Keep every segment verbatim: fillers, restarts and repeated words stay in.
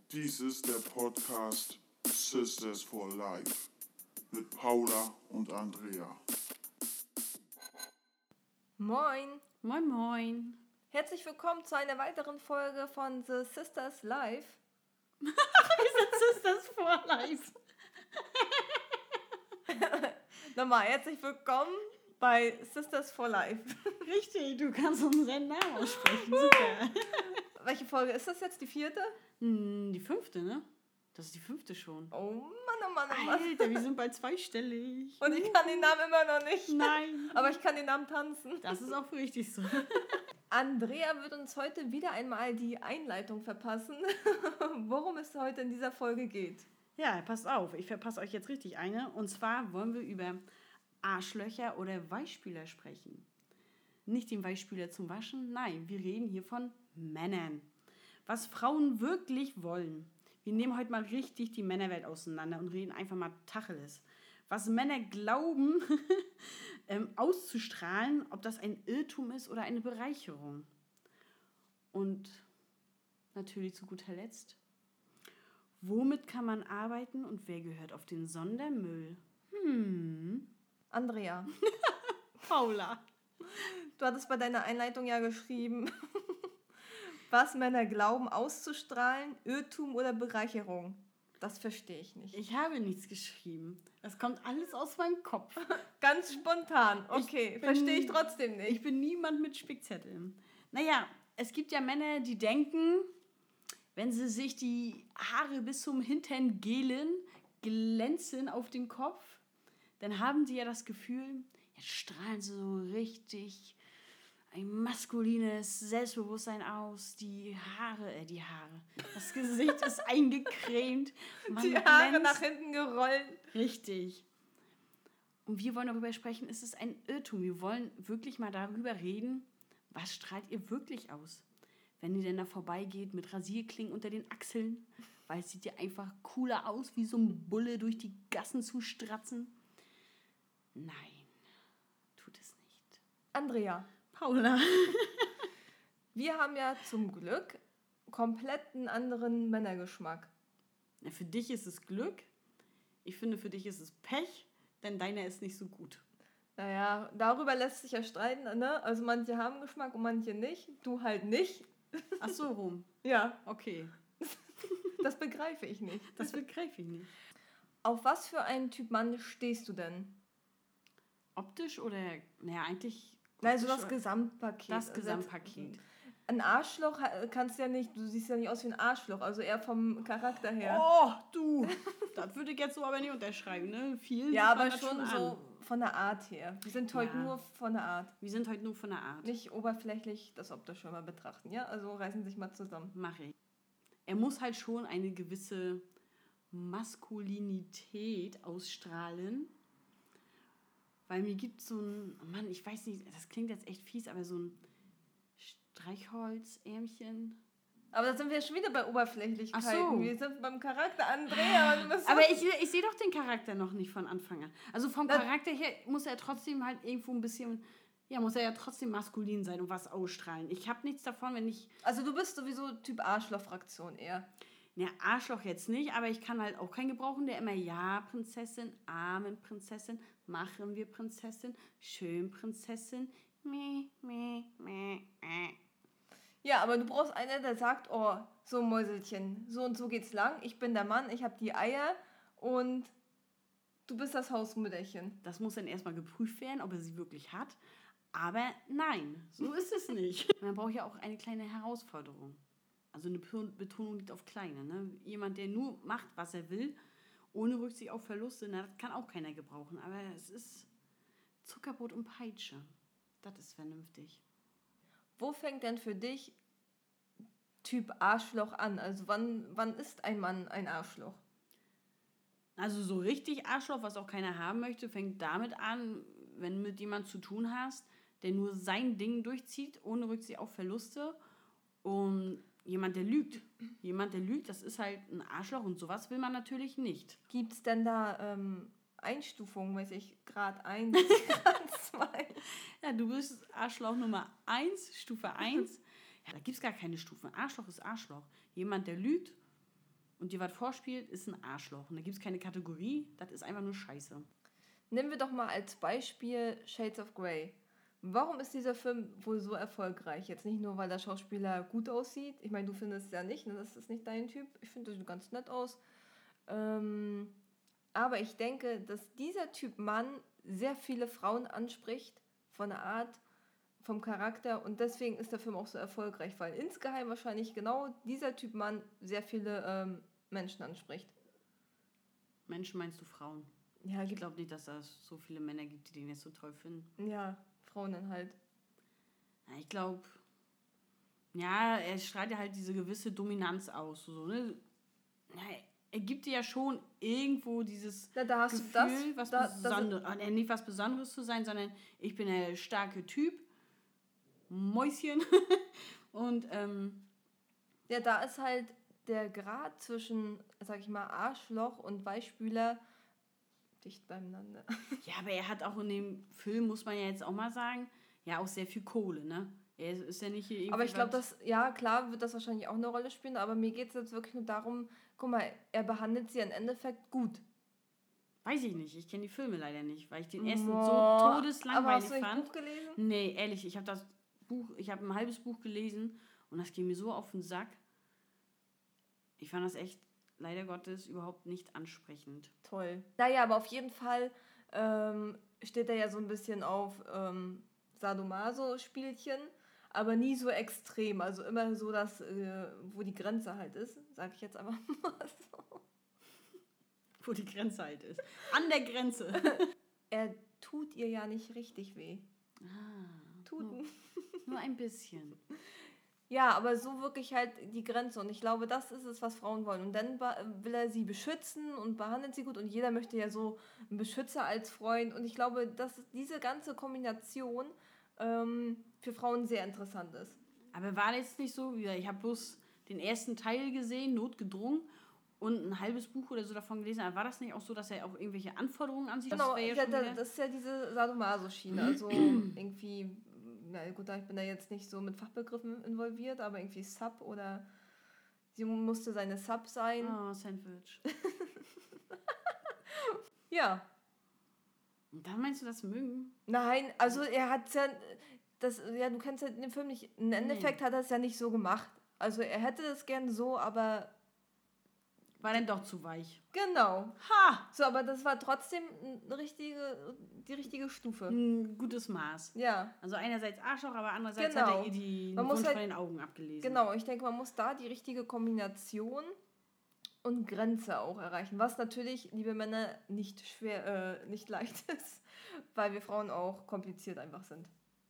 Dies ist der Podcast Sisters for Life mit Paula und Andrea. Moin! Moin, moin. Herzlich willkommen zu einer weiteren Folge von The Sisters Life. Wir sind Sisters for Life. Nochmal, herzlich willkommen bei Sisters for Life. Richtig, du kannst unseren Namen aussprechen. Super. Welche Folge ist das jetzt? Die vierte? Hm, die fünfte, ne? Das ist die fünfte schon. Oh Mann, oh Mann, oh Mann. Alter, wir sind bald zweistellig. Und ich kann den Namen immer noch nicht. Nein. Aber ich kann den Namen tanzen. Das ist auch richtig so. Andrea wird uns heute wieder einmal die Einleitung verpassen, worum es heute in dieser Folge geht. Ja, passt auf, ich verpasse euch jetzt richtig eine. Und zwar wollen wir über Arschlöcher oder Weichspüler sprechen. Nicht den Weichspüler zum Waschen, nein, wir reden hier von Männern. Was Frauen wirklich wollen. Wir nehmen heute mal richtig die Männerwelt auseinander und reden einfach mal Tacheles. Was Männer glauben, ähm, auszustrahlen, ob das ein Irrtum ist oder eine Bereicherung. Und natürlich zu guter Letzt, womit kann man arbeiten und wer gehört auf den Sondermüll? Hm. Andrea, Paula. du hattest bei deiner Einleitung ja geschrieben, was Männer glauben auszustrahlen, Irrtum oder Bereicherung. Das verstehe ich nicht. Ich habe nichts geschrieben. Das kommt alles aus meinem Kopf. Ganz spontan. Okay, Ich bin- verstehe ich trotzdem nicht. Ich bin niemand mit Spickzetteln. Naja, es gibt ja Männer, die denken, wenn sie sich die Haare bis zum Hintern gelen, glänzen auf dem Kopf, dann haben sie ja das Gefühl, jetzt strahlen sie so richtig ein maskulines Selbstbewusstsein aus. Die Haare, äh, die Haare. Das Gesicht ist eingecremt. Man Die Haare glänzt. nach hinten gerollt. Richtig. Und wir wollen darüber sprechen, ist es ein Irrtum. Wir wollen wirklich mal darüber reden, was strahlt ihr wirklich aus? Wenn ihr denn da vorbeigeht mit Rasierklingen unter den Achseln, weil es sieht ja einfach cooler aus, wie so ein Bulle durch die Gassen zu stratzen. Nein, tut es nicht. Andrea, Paula. wir haben ja zum Glück komplett einen anderen Männergeschmack. Na, für dich ist es Glück. Ich finde, für dich ist es Pech, denn deiner ist nicht so gut. Naja, darüber lässt sich ja streiten, ne? Also manche haben Geschmack und manche nicht. Du halt nicht. Ach so, rum. Ja, Okay, das begreife ich nicht. das begreife ich nicht. Auf was für einen Typ Mann stehst du denn? Optisch oder, naja, eigentlich... Nein, so optisch das oder- Gesamtpaket. Das Also Gesamtpaket. jetzt- Ein Arschloch ha- kannst ja nicht, du siehst ja nicht aus wie ein Arschloch, also eher vom Charakter her. Oh, du! Das würde ich jetzt so aber nicht unterschreiben, ne? Viel Ja, sieht man aber das schon an. so von der Art her. Wir sind heute Ja. nur von der Art. Wir sind heute nur von der Art. Nicht oberflächlich das Optische mal betrachten, ja? Also reißen sich mal zusammen. Mache ich. Er muss halt schon eine gewisse Maskulinität ausstrahlen. Weil mir gibt so ein, Mann, ich weiß nicht, das klingt jetzt echt fies, aber so ein Streichholzärmchen. Aber da sind wir schon wieder bei Oberflächlichkeiten. Ach so. Wir sind beim Charakter Andrea. Und du bist Aber ich, ich sehe doch den Charakter noch nicht von Anfang an. Also vom Das- Charakter her muss er trotzdem halt irgendwo ein bisschen, ja, muss er ja trotzdem maskulin sein und was ausstrahlen. Ich habe nichts davon, wenn ich, also du bist sowieso Typ Arschloch-Fraktion eher. ne, Arschloch jetzt nicht, aber ich kann halt auch keinen gebrauchen, der immer, ja, Prinzessin, Amen, Prinzessin, machen wir Prinzessin, schön Prinzessin, meh, meh, meh, äh. Ja, aber du brauchst einen, der sagt, oh, so Mäuselchen, so und so geht's lang. Ich bin der Mann, ich habe die Eier und du bist das Hausmütterchen. Das muss dann erstmal geprüft werden, ob er sie wirklich hat. Aber nein, so ist es nicht. Man braucht ja auch eine kleine Herausforderung. Also eine Be- Betonung liegt auf kleine. Ne? Jemand, der nur macht, was er will, ohne Rücksicht auf Verluste, na, das kann auch keiner gebrauchen. Aber es ist Zuckerbrot und Peitsche. Das ist vernünftig. Wo fängt denn für dich Typ Arschloch an? Also wann, wann ist ein Mann ein Arschloch? Also so richtig Arschloch, was auch keiner haben möchte, fängt damit an, wenn du mit jemandem zu tun hast, der nur sein Ding durchzieht, ohne Rücksicht auf Verluste. Und jemand, der lügt. Jemand, der lügt, das ist halt ein Arschloch und sowas will man natürlich nicht. Gibt es denn da ähm, Einstufungen, weiß ich, Grad eins, Grad zwei? Ja, du bist Arschloch Nummer eins, Stufe eins. Ja, da gibt es gar keine Stufen. Arschloch ist Arschloch. Jemand, der lügt, und dir was vorspielt, ist ein Arschloch. Und da gibt es keine Kategorie, das ist einfach nur Scheiße. Nehmen wir doch mal als Beispiel Shades of Grey. Warum ist dieser Film wohl so erfolgreich? Jetzt nicht nur, weil der Schauspieler gut aussieht. Ich meine, du findest es ja nicht, ne? Das ist nicht dein Typ. Ich finde, das sieht ganz nett aus. Ähm, aber ich denke, dass dieser Typ Mann sehr viele Frauen anspricht, von der Art, vom Charakter. Und deswegen ist der Film auch so erfolgreich, weil insgeheim wahrscheinlich genau dieser Typ Mann sehr viele ähm, Menschen anspricht. Menschen meinst du Frauen? Ja, Ich gibt, glaube nicht, dass es so viele Männer gibt, die den jetzt so toll finden. ja, Frauen dann halt. Ja, ich glaube, ja, er strahlt ja halt diese gewisse Dominanz aus. So, ne? Ja, er gibt dir ja schon irgendwo dieses Da, da hast Gefühl, du das, was da, das, Besonderes, äh, nicht was Besonderes zu sein, sondern ich bin der starke Typ, Mäuschen. Und ähm, ja, da ist halt der Grad zwischen, sag ich mal, Arschloch und Weichspüler dicht beieinander. ja, aber er hat auch in dem Film, muss man ja jetzt auch mal sagen, ja auch sehr viel Kohle, ne? Er ist ja nicht hier irgendwie. Aber ich glaube, was- dass, ja, klar wird das wahrscheinlich auch eine Rolle spielen, aber mir geht es jetzt wirklich nur darum, guck mal, er behandelt sie im Endeffekt gut. Weiß ich nicht, ich kenne die Filme leider nicht, weil ich den ersten Boah, so aber todeslangweilig hast du nicht fand. Buch gelesen? Nee, ehrlich, ich habe das Buch, ich habe ein halbes Buch gelesen und das ging mir so auf den Sack. Ich fand das echt, leider Gottes, überhaupt nicht ansprechend. Toll. Naja, aber auf jeden Fall ähm, steht er ja so ein bisschen auf ähm, Sadomaso-Spielchen, aber nie so extrem. Also immer so, dass, äh, wo die Grenze halt ist, sage ich jetzt einfach mal so. Wo die Grenze halt ist. An der Grenze. Er tut ihr ja nicht richtig weh. Ah, Tut. nur, nur ein bisschen. Ja, aber so wirklich halt die Grenze. Und ich glaube, das ist es, was Frauen wollen. Und dann be- will er sie beschützen und behandelt sie gut. Und jeder möchte ja so einen Beschützer als Freund. Und ich glaube, dass diese ganze Kombination ähm, für Frauen sehr interessant ist. Aber war das nicht so, wie gesagt, ich habe bloß den ersten Teil gesehen, notgedrungen, und ein halbes Buch oder so davon gelesen. Aber war das nicht auch so, dass er auch irgendwelche Anforderungen an sich Genau, das wär ja ja, schon da, wieder- das ist ja diese Sadomaso-Schiene. Also irgendwie, na gut, ich bin da jetzt nicht so mit Fachbegriffen involviert, aber irgendwie Sub oder sie musste seine Sub sein. Oh, Sandwich. Ja. Und dann meinst du das mögen? Nein, also er hat ja, das, ja, du kennst ja den Film nicht, im Endeffekt hat er es ja nicht so gemacht. Also er hätte das gern so, aber War dann doch zu weich. genau. Ha! So, aber das war trotzdem eine richtige, die richtige Stufe. Ein gutes Maß. Ja, Also einerseits Arschloch, aber andererseits Genau. hat er ihr die Man den muss Wunsch halt- von den Augen abgelesen. genau. Ich denke, man muss da die richtige Kombination und Grenze auch erreichen. Was natürlich, liebe Männer, nicht schwer, äh, nicht leicht ist, weil wir Frauen auch kompliziert einfach sind.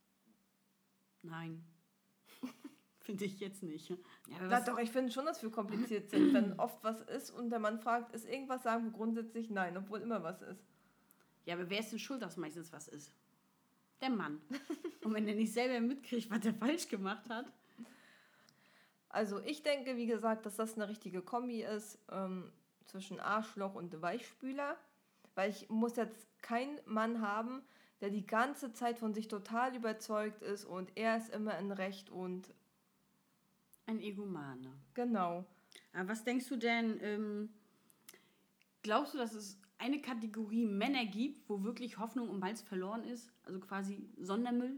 Nein. Finde ich jetzt nicht. Ja, aber Na was, doch, ich finde schon, dass wir kompliziert sind. Wenn oft was ist und der Mann fragt, ist irgendwas, sagen wir grundsätzlich nein, obwohl immer was ist. ja, aber wer ist denn schuld, dass meistens was ist? Der Mann. Und wenn er nicht selber mitkriegt, was er falsch gemacht hat. Also ich denke, wie gesagt, dass das eine richtige Kombi ist ähm, zwischen Arschloch und Weichspüler. Weil ich muss jetzt keinen Mann haben, der die ganze Zeit von sich total überzeugt ist und er ist immer in Recht und Ein Egomane. genau. Aber was denkst du denn, ähm, glaubst du, dass es eine Kategorie Männer gibt, wo wirklich Hoffnung und Malz verloren ist? Also quasi Sondermüll?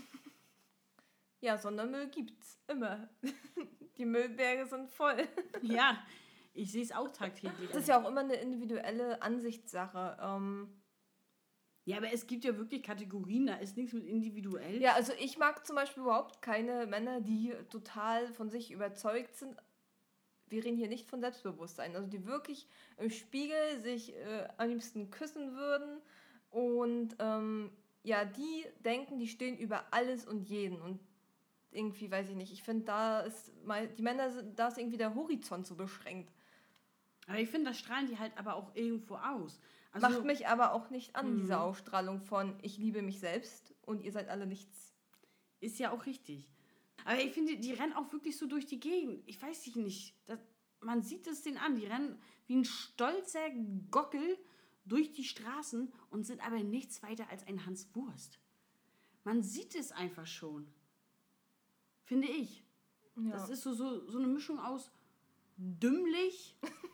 Ja, Sondermüll gibt's immer. Die Müllberge sind voll. Ja, ich sehe es auch tagtäglich. Das ist ja auch immer eine individuelle Ansichtssache. Ähm, Ja, aber es gibt ja wirklich Kategorien, da ist nichts mit individuell. Ja, also ich mag zum Beispiel überhaupt keine Männer, die total von sich überzeugt sind. Wir reden hier nicht von Selbstbewusstsein. Also die wirklich im Spiegel sich äh, am liebsten küssen würden. Und ähm, ja, die denken, die stehen über alles und jeden. Und irgendwie, weiß ich nicht, ich finde, da ist mal, die Männer sind, da ist irgendwie der Horizont so beschränkt. Aber ich finde, das strahlen die halt aber auch irgendwo aus. Also, Macht mich aber auch nicht an, Mhm. diese Ausstrahlung von ich liebe mich selbst und ihr seid alle nichts. ist ja auch richtig. Aber ich finde, die rennen auch wirklich so durch die Gegend. Ich weiß nicht, das, man sieht es denen an. Die rennen wie ein stolzer Gockel durch die Straßen und sind aber nichts weiter als ein Hans Wurst. Man sieht es einfach schon. Finde ich. Ja. Das ist so, so, so eine Mischung aus dümmlich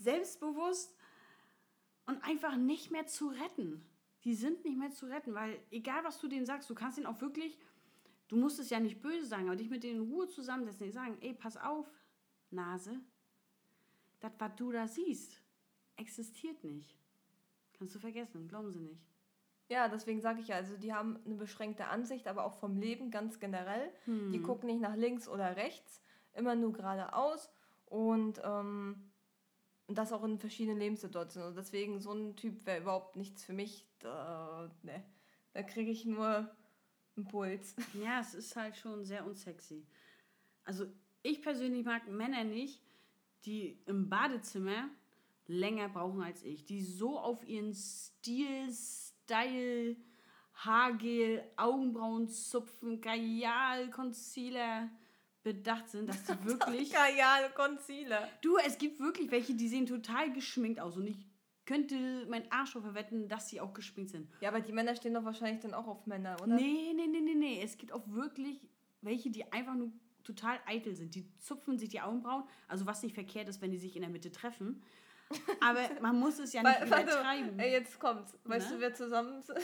selbstbewusst und einfach nicht mehr zu retten. Die sind nicht mehr zu retten, weil egal, was du denen sagst, du kannst denen auch wirklich, du musst es ja nicht böse sagen, aber dich mit denen in Ruhe zusammensetzen, die sagen, ey, pass auf, Nase, das, was du da siehst, existiert nicht. Kannst du vergessen, glauben sie nicht. Ja, deswegen sage ich ja, also die haben eine beschränkte Ansicht, aber auch vom Leben ganz generell. Hm. Die gucken nicht nach links oder rechts, immer nur geradeaus und ähm, das auch in verschiedenen Lebenssituationen. Und deswegen so ein Typ wäre überhaupt nichts für mich. Da, ne, da kriege ich nur einen Puls. Ja, es ist halt schon sehr unsexy. Also ich persönlich mag Männer nicht, die im Badezimmer länger brauchen als ich. Die so auf ihren Stil, Style, Haargel, Augenbrauen zupfen, Kajal, Concealer bedacht sind, dass die wirklich... Kajal, Concealer. Du, es gibt wirklich welche, die sehen total geschminkt aus und ich könnte meinen Arsch darauf verwetten, dass sie auch geschminkt sind. Ja, aber die Männer stehen doch wahrscheinlich dann auch auf Männer, oder? Nee, nee, nee, nee, nee. Es gibt auch wirklich welche, die einfach nur total eitel sind. Die zupfen sich die Augenbrauen, also was nicht verkehrt ist, wenn die sich in der Mitte treffen. Aber man muss es ja nicht Weil, übertreiben. Ey, jetzt kommt's. Weißt Ne? du, wer zusammen sind?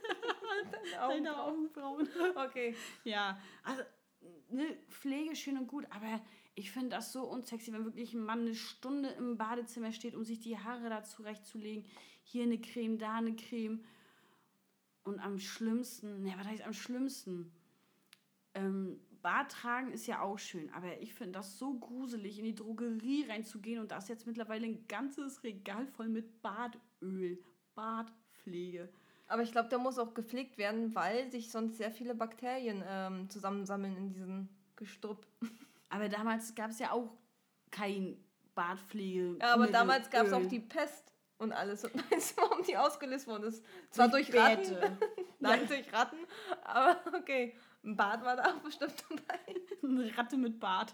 Deine Augenbrauen. Okay. Ja, also ne, Pflege schön und gut, aber ich finde das so unsexy, wenn wirklich ein Mann eine Stunde im Badezimmer steht, um sich die Haare da zurechtzulegen. Hier eine Creme, da eine Creme. Und am schlimmsten, ne, was heißt am schlimmsten? Ähm, Bart tragen ist ja auch schön, aber ich finde das so gruselig, in die Drogerie reinzugehen und da ist jetzt mittlerweile ein ganzes Regal voll mit Badöl, Bartpflege. Aber ich glaube, der muss auch gepflegt werden, weil sich sonst sehr viele Bakterien ähm, zusammensammeln in diesem Gestrüpp. Aber damals gab es ja auch kein Bartpflege. Ja, aber Mittel, damals gab es Öl. auch die Pest und alles. Und weißt du, warum die ausgelöst worden ist? Zwar durch, Durch Ratten. Bärte. Nein, durch Ratten. Aber okay, ein Bart war da auch bestimmt dabei. Eine Ratte mit Bart.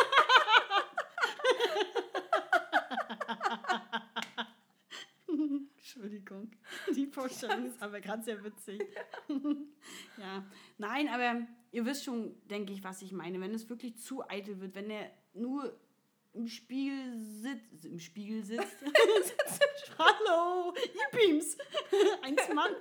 Entschuldigung, die Vorstellung ist aber gerade sehr witzig. Ja, nein, aber ihr wisst schon, denke ich, was ich meine. Wenn es wirklich zu eitel wird, wenn er nur im Spiegel sitzt, im Spiegel sitzt. Hallo, ihr Beams. Eins Mann.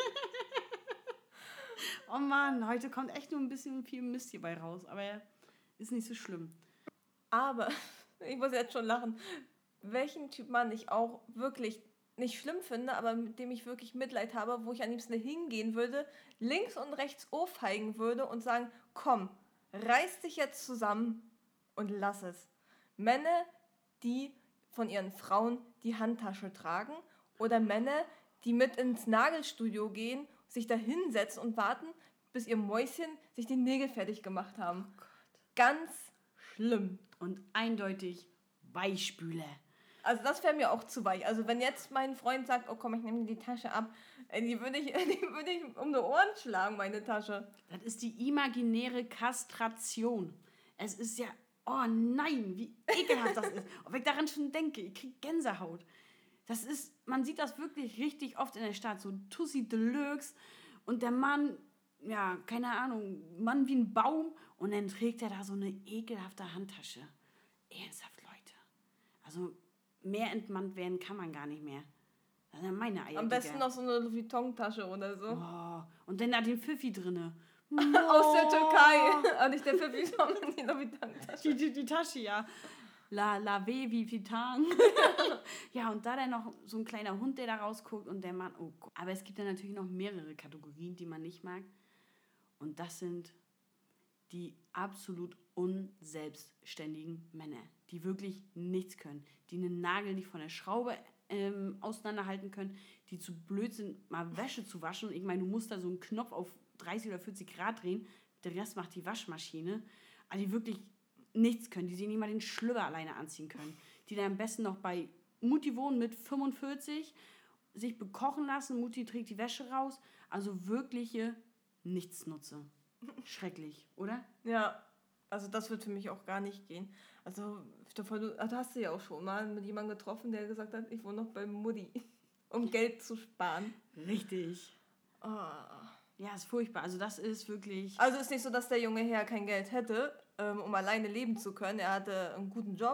Oh Mann, heute kommt echt nur ein bisschen viel Mist hierbei raus, aber ist nicht so schlimm. Aber, ich muss jetzt schon lachen, welchen Typ Mann ich auch wirklich nicht schlimm finde, aber mit dem ich wirklich Mitleid habe, wo ich am liebsten hingehen würde, links und rechts ohrfeigen würde und sagen, komm, reiß dich jetzt zusammen und lass es. Männer, die von ihren Frauen die Handtasche tragen oder Männer, die mit ins Nagelstudio gehen, sich da hinsetzen und warten, bis ihr Mäuschen sich die Nägel fertig gemacht haben. Oh Gott. Ganz schlimm. Und eindeutig Weichspüler. Also das wäre mir auch zu weich. Also wenn jetzt mein Freund sagt, oh komm, ich nehme die Tasche ab, ey, die würde ich, die würde ich um die Ohren schlagen, meine Tasche. Das ist die imaginäre Kastration. Es ist ja, oh nein, wie ekelhaft das ist. Und wenn ich daran schon denke, ich kriege Gänsehaut. Das ist, man sieht das wirklich richtig oft in der Stadt, so Tussi Deluxe und der Mann, ja, keine Ahnung, Mann wie ein Baum und dann trägt er da so eine ekelhafte Handtasche. Ernsthaft, Leute. Also mehr entmannt werden kann man gar nicht mehr. Das sind ja meine Eier. Am besten noch so eine Louis Vuitton-Tasche oder so. Oh, und dann da den Pfiffi drinne. Oh. Aus der Türkei. Aber nicht der Pfiffi, sondern die Louis Vuitton-Tasche. Die, die, die Tasche, ja. La, la wie Vitan. Ja, und da dann noch so ein kleiner Hund, der da rausguckt und der Mann, oh Gott. Aber es gibt dann natürlich noch mehrere Kategorien, die man nicht mag. Und das sind die absolut unselbstständigen Männer, die wirklich nichts können, die einen Nagel nicht von der Schraube ähm, auseinanderhalten können, die zu blöd sind, mal Wäsche zu waschen. Ich meine, du musst da so einen Knopf auf dreißig oder vierzig Grad drehen, der Rest macht die Waschmaschine. Aber die wirklich nichts können, die sich nicht mal den Schlüpper alleine anziehen können, die dann am besten noch bei Mutti wohnen mit fünfundvierzig, sich bekochen lassen, Mutti trägt die Wäsche raus, also wirkliche Nichtsnutze. Schrecklich, oder? Ja, also das wird für mich auch gar nicht gehen. Also, Stefan, du ach, hast du ja auch schon mal mit jemandem getroffen, der gesagt hat, ich wohne noch bei Mutti, um Geld zu sparen. Richtig. Oh. Ja, ist furchtbar. Also das ist wirklich... Also ist nicht so, dass der junge Herr kein Geld hätte, ähm, um alleine leben zu können. Er hatte einen guten Job,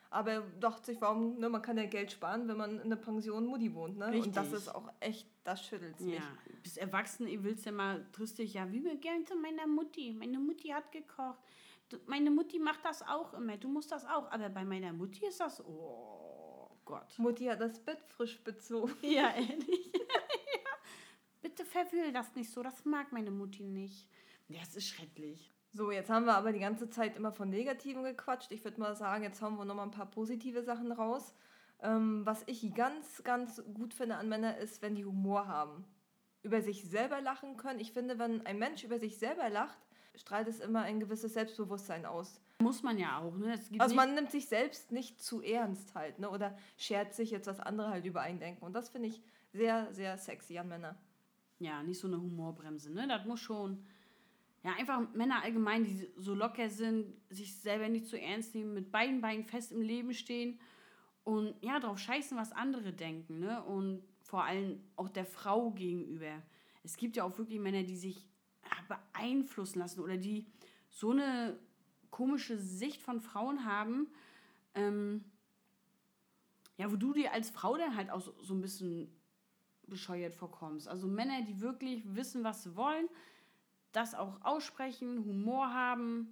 Aber er dachte sich, warum, ne, man kann ja Geld sparen, wenn man in einer Pension Mutti wohnt, ne? Richtig. Und das ist auch echt, das schüttelt's mich. Ja, bist erwachsen, ihr willst ja mal tröstlich, ja, wie wir gern zu meiner Mutti. Meine Mutti hat gekocht. Du, meine Mutti macht das auch immer. Du musst das auch. Aber bei meiner Mutti ist das, oh Gott. Mutti hat das Bett frisch bezogen. Ja, ehrlich. Ja. Bitte verwühl das nicht so. Das mag meine Mutti nicht. Ja, es ist schrecklich. So, jetzt haben wir aber die ganze Zeit immer von Negativen gequatscht. Ich würde mal sagen, jetzt hauen wir nochmal ein paar positive Sachen raus. Ähm, was ich ganz, ganz gut finde an Männern ist, wenn die Humor haben. Über sich selber lachen können. Ich finde, wenn ein Mensch über sich selber lacht, strahlt es immer ein gewisses Selbstbewusstsein aus. Muss man ja auch, ne? Es gibt Also nicht- man nimmt sich selbst nicht zu ernst halt, ne? Oder schert sich jetzt, was andere halt über einen denken. Und das finde ich sehr, sehr sexy an Männern. Ja, nicht so eine Humorbremse, ne? Das muss schon... Ja, einfach Männer allgemein, die so locker sind, sich selber nicht zu ernst nehmen, mit beiden Beinen fest im Leben stehen und ja, drauf scheißen, was andere denken, ne? Und vor allem auch der Frau gegenüber. Es gibt ja auch wirklich Männer, die sich ja, beeinflussen lassen oder die so eine komische Sicht von Frauen haben, ähm, ja, wo du dir als Frau dann halt auch so, so ein bisschen bescheuert vorkommst. Also Männer, die wirklich wissen, was sie wollen, das auch aussprechen, Humor haben.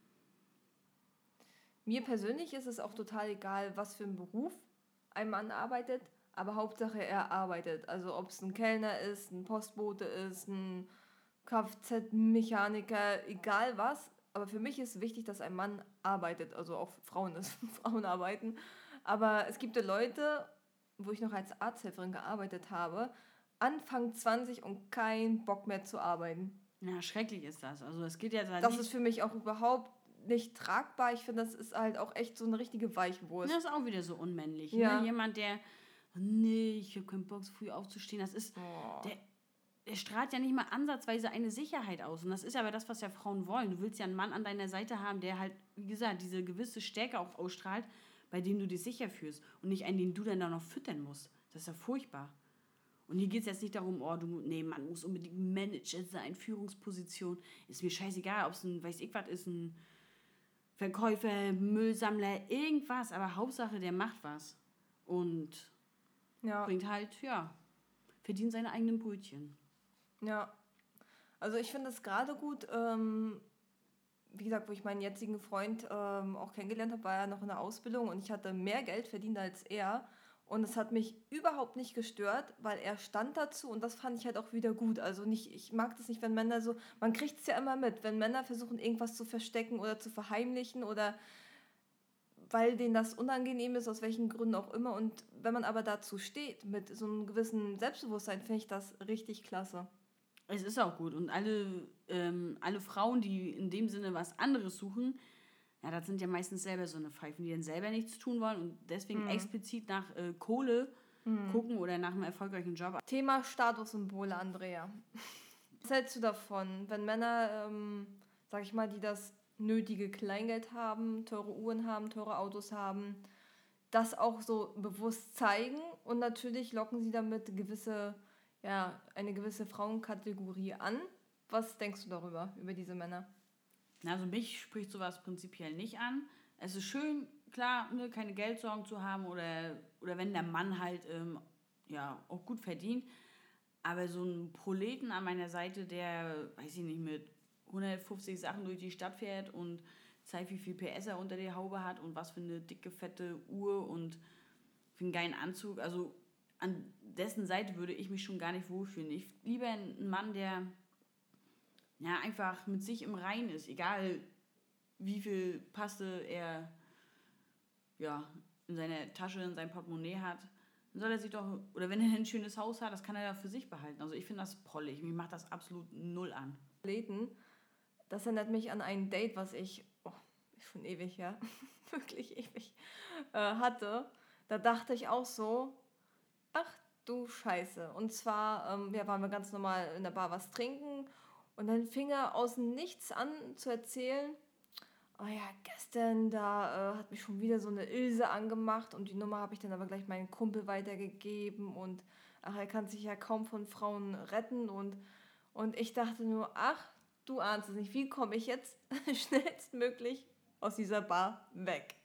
Mir persönlich ist es auch total egal, was für ein Beruf ein Mann arbeitet, aber Hauptsache er arbeitet. Also ob es ein Kellner ist, ein Postbote ist, ein Kfz-Mechaniker, egal was. Aber für mich ist wichtig, dass ein Mann arbeitet, also auch Frauen, dass Frauen arbeiten. Aber es gibt ja Leute, wo ich noch als Arzthelferin gearbeitet habe, Anfang zwanzig und kein Bock mehr zu arbeiten. Ja, schrecklich ist das. Also es geht ja da Das nicht... ist für mich auch überhaupt nicht tragbar. Ich finde, das ist halt auch echt so eine richtige Weichwurst. Das ist auch wieder so unmännlich. Ja. Ne? Jemand, der, nee, ich habe keinen Bock, so früh aufzustehen. Das ist, Oh. der, der strahlt ja nicht mal ansatzweise eine Sicherheit aus. Und das ist aber das, was ja Frauen wollen. Du willst ja einen Mann an deiner Seite haben, der halt, wie gesagt, diese gewisse Stärke auch ausstrahlt, bei dem du dich sicher fühlst. Und nicht einen, den du dann da noch füttern musst. Das ist ja furchtbar. Und hier geht es jetzt nicht darum, oh, du, nee, man muss unbedingt Manager sein, Führungsposition. Ist mir scheißegal, ob es ein, weiß ich was ist, ein Verkäufer, Müllsammler, irgendwas. Aber Hauptsache, der macht was. Und Ja, bringt halt, ja, verdient seine eigenen Brötchen. ja. Also ich finde es gerade gut, ähm, wie gesagt, wo ich meinen jetzigen Freund ähm, auch kennengelernt habe, war er noch in der Ausbildung und ich hatte mehr Geld verdient als er. Und es hat mich überhaupt nicht gestört, weil er stand dazu und das fand ich halt auch wieder gut. Also nicht, ich mag das nicht, wenn Männer so, man kriegt es ja immer mit, wenn Männer versuchen, irgendwas zu verstecken oder zu verheimlichen oder weil denen das unangenehm ist, aus welchen Gründen auch immer. Und wenn man aber dazu steht, mit so einem gewissen Selbstbewusstsein, finde ich das richtig klasse. Es ist auch gut. Und alle, ähm, alle Frauen, die in dem Sinne was anderes suchen, ja, das sind ja meistens selber so eine Pfeifen, die dann selber nichts tun wollen und deswegen Mhm. explizit nach äh, Kohle gucken oder nach einem erfolgreichen Job. Thema Statussymbole, Andrea. Was hältst du davon, wenn Männer, ähm, sag ich mal, die das nötige Kleingeld haben, teure Uhren haben, teure Autos haben, das auch so bewusst zeigen und natürlich locken sie damit gewisse, ja, eine gewisse Frauenkategorie an. Was denkst du darüber, über diese Männer? Also mich spricht sowas prinzipiell nicht an. Es ist schön, klar, ne, keine Geldsorgen zu haben oder, oder wenn der Mann halt ähm, ja, auch gut verdient. Aber so ein Proleten an meiner Seite, der, weiß ich nicht, mit hundertfünfzig Sachen durch die Stadt fährt und zeigt, wie viel P S er unter der Haube hat und was für eine dicke, fette Uhr und für einen geilen Anzug. Also an dessen Seite würde ich mich schon gar nicht wohlfühlen. Ich liebe einen Mann, der ja, einfach mit sich im Reinen ist, egal wie viel Paste er ja, in seiner Tasche, in seinem Portemonnaie hat. Dann soll er sich doch, oder wenn er ein schönes Haus hat, das kann er ja für sich behalten. Also ich finde das prollig, mich macht das absolut null an. Läden. Das erinnert mich an ein Date, was ich, oh, schon ewig, ja, wirklich ewig, äh, hatte. Da dachte ich auch so, ach du Scheiße. Und zwar, ähm, ja, waren wir ganz normal in der Bar was trinken und dann fing er aus dem Nichts an zu erzählen, oh ja, gestern, da äh, hat mich schon wieder so eine Ilse angemacht und die Nummer habe ich dann aber gleich meinem Kumpel weitergegeben und ach, er kann sich ja kaum von Frauen retten und, und ich dachte nur, ach, du ahnst es nicht, wie komme ich jetzt schnellstmöglich aus dieser Bar weg?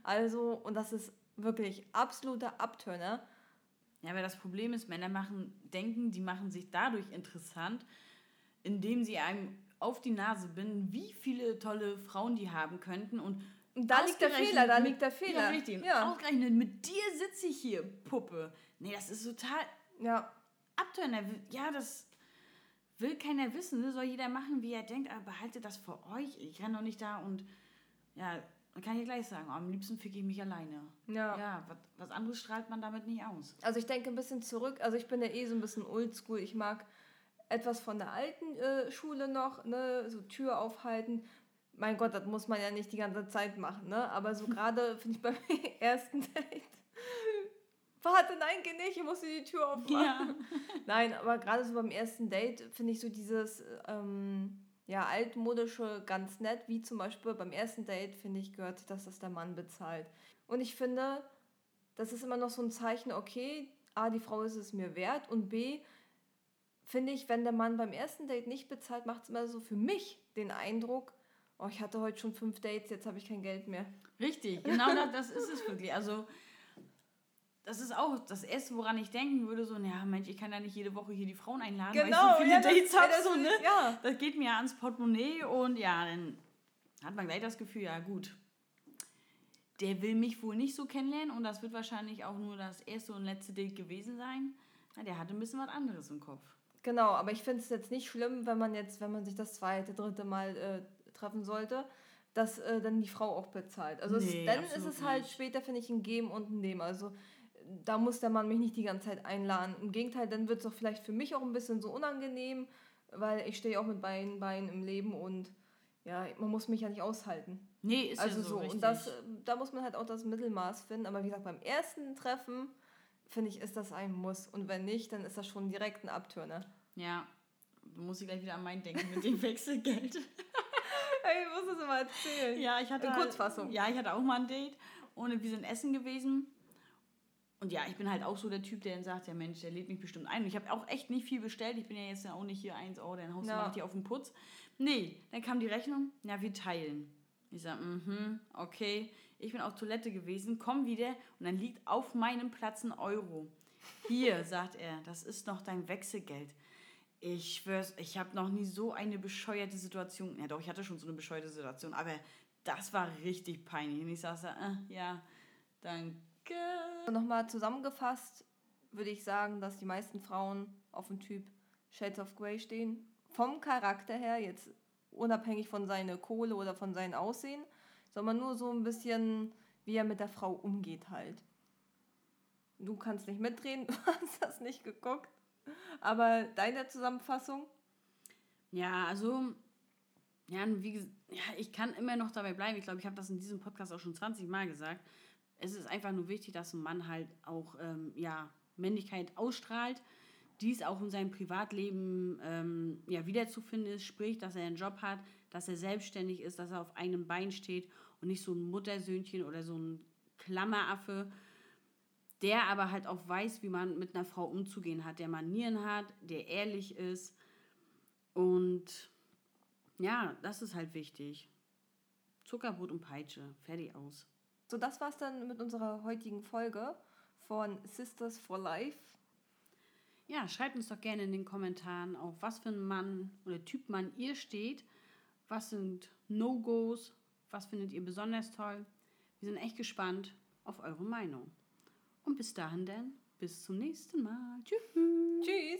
Also, und das ist wirklich absoluter Abturner. Ja, aber das Problem ist, Männer machen, denken, die machen sich dadurch interessant, indem sie einem auf die Nase binden, wie viele tolle Frauen die haben könnten. Und da liegt der Fehler, da liegt der Fehler. Ja, richtig. Ja. Ausgerechnet mit dir sitze ich hier, Puppe. Nee, das ist total ja. Abturner. Ja, das will keiner wissen. Ne? Soll jeder machen, wie er denkt, aber behaltet das für euch. Ich renne doch nicht da und ja, dann kann ich gleich sagen, am liebsten ficke ich mich alleine. Ja. Ja, was, was anderes strahlt man damit nicht aus. Also ich denke ein bisschen zurück, also ich bin ja eh so ein bisschen oldschool. Ich mag etwas von der alten äh, Schule noch, ne, so Tür aufhalten. Mein Gott, das muss man ja nicht die ganze Zeit machen, ne? Aber so gerade finde ich beim ersten Date. Warte, nein, geh nicht, ich muss dir die Tür aufmachen. Ja. Nein, aber gerade so beim ersten Date finde ich so dieses ähm, ja, altmodische ganz nett, wie zum Beispiel beim ersten Date, finde ich, gehört sich, dass das der Mann bezahlt. Und ich finde, das ist immer noch so ein Zeichen, okay, A, die Frau ist es mir wert und B, finde ich, wenn der Mann beim ersten Date nicht bezahlt, macht es immer so für mich den Eindruck, oh, ich hatte heute schon fünf Dates, jetzt habe ich kein Geld mehr. Richtig, genau das, das ist es wirklich. Also, das ist auch das Erste, woran ich denken würde, so, ja, Mensch, ich kann ja nicht jede Woche hier die Frauen einladen, Genau, weil ich so viele ja, Dates das, habe. das, So, ne? ja. Das geht mir ans Portemonnaie und ja, dann hat man gleich das Gefühl, ja gut, der will mich wohl nicht so kennenlernen und das wird wahrscheinlich auch nur das erste und letzte Date gewesen sein. Ja, der hatte ein bisschen was anderes im Kopf. Genau, aber ich finde es jetzt nicht schlimm, wenn man jetzt, wenn man sich das zweite, dritte Mal äh, treffen sollte, dass äh, dann die Frau auch bezahlt. Also Nee, es, dann ist absolut es halt nicht. später, finde ich, ein Geben und ein Nehmen. Also da muss der Mann mich nicht die ganze Zeit einladen. Im Gegenteil, dann wird es auch vielleicht für mich auch ein bisschen so unangenehm, weil ich stehe auch mit beiden Beinen im Leben und ja, man muss mich ja nicht aushalten. Nee, ist also ja so, so. richtig. Und das, da muss man halt auch das Mittelmaß finden. Aber wie gesagt, beim ersten Treffen, finde ich, ist das ein Muss. Und wenn nicht, dann ist das schon direkt ein Abturner. Ja, du musst gleich wieder an meinen denken mit dem Wechselgeld. Hey, ich muss das mal erzählen. Ja, ich hatte In halt- Kurzfassung. Ja, ich hatte auch mal ein Date und wir sind essen gewesen. Und ja, ich bin halt auch so der Typ, der dann sagt, ja Mensch, der lädt mich bestimmt ein. Und ich habe auch echt nicht viel bestellt. Ich bin ja jetzt auch nicht hier eins, oh, dann haust du Ja. mal hier auf den Putz. Nee, dann kam die Rechnung, ja, wir teilen. Ich sage, mhm, okay. Ich bin auf Toilette gewesen, komm wieder und dann liegt auf meinem Platz ein Euro. Hier, sagt er, das ist noch dein Wechselgeld. Ich schwör's, ich habe noch nie so eine bescheuerte Situation. Ja doch, ich hatte schon so eine bescheuerte Situation, aber das war richtig peinlich. Und ich saß da, äh, ja, danke. Nochmal zusammengefasst würde ich sagen, dass die meisten Frauen auf den Typ Shades of Grey stehen. Vom Charakter her, jetzt unabhängig von seiner Kohle oder von seinem Aussehen, sondern nur so ein bisschen, wie er mit der Frau umgeht halt. Du kannst nicht mitreden, du hast das nicht geguckt. Aber deine Zusammenfassung? Ja, also, ja, wie gesagt, ja, ich kann immer noch dabei bleiben. Ich glaube, ich habe das in diesem Podcast auch schon zwanzig Mal gesagt. Es ist einfach nur wichtig, dass ein Mann halt auch ähm, ja, Männlichkeit ausstrahlt, dies auch in seinem Privatleben ähm, ja, wiederzufinden ist, sprich, dass er einen Job hat, dass er selbstständig ist, dass er auf einem Bein steht und nicht so ein Muttersöhnchen oder so ein Klammeraffe, der aber halt auch weiß, wie man mit einer Frau umzugehen hat, der Manieren hat, der ehrlich ist und ja, das ist halt wichtig. Zuckerbrot und Peitsche, fertig aus. So, das war's dann mit unserer heutigen Folge von Sisters for Life. Ja, schreibt uns doch gerne in den Kommentaren, auf was für einen Mann oder Typ Mann ihr steht. Was sind No-Gos? Was findet ihr besonders toll? Wir sind echt gespannt auf eure Meinung. Und bis dahin dann, bis zum nächsten Mal. Tschüss. Tschüss.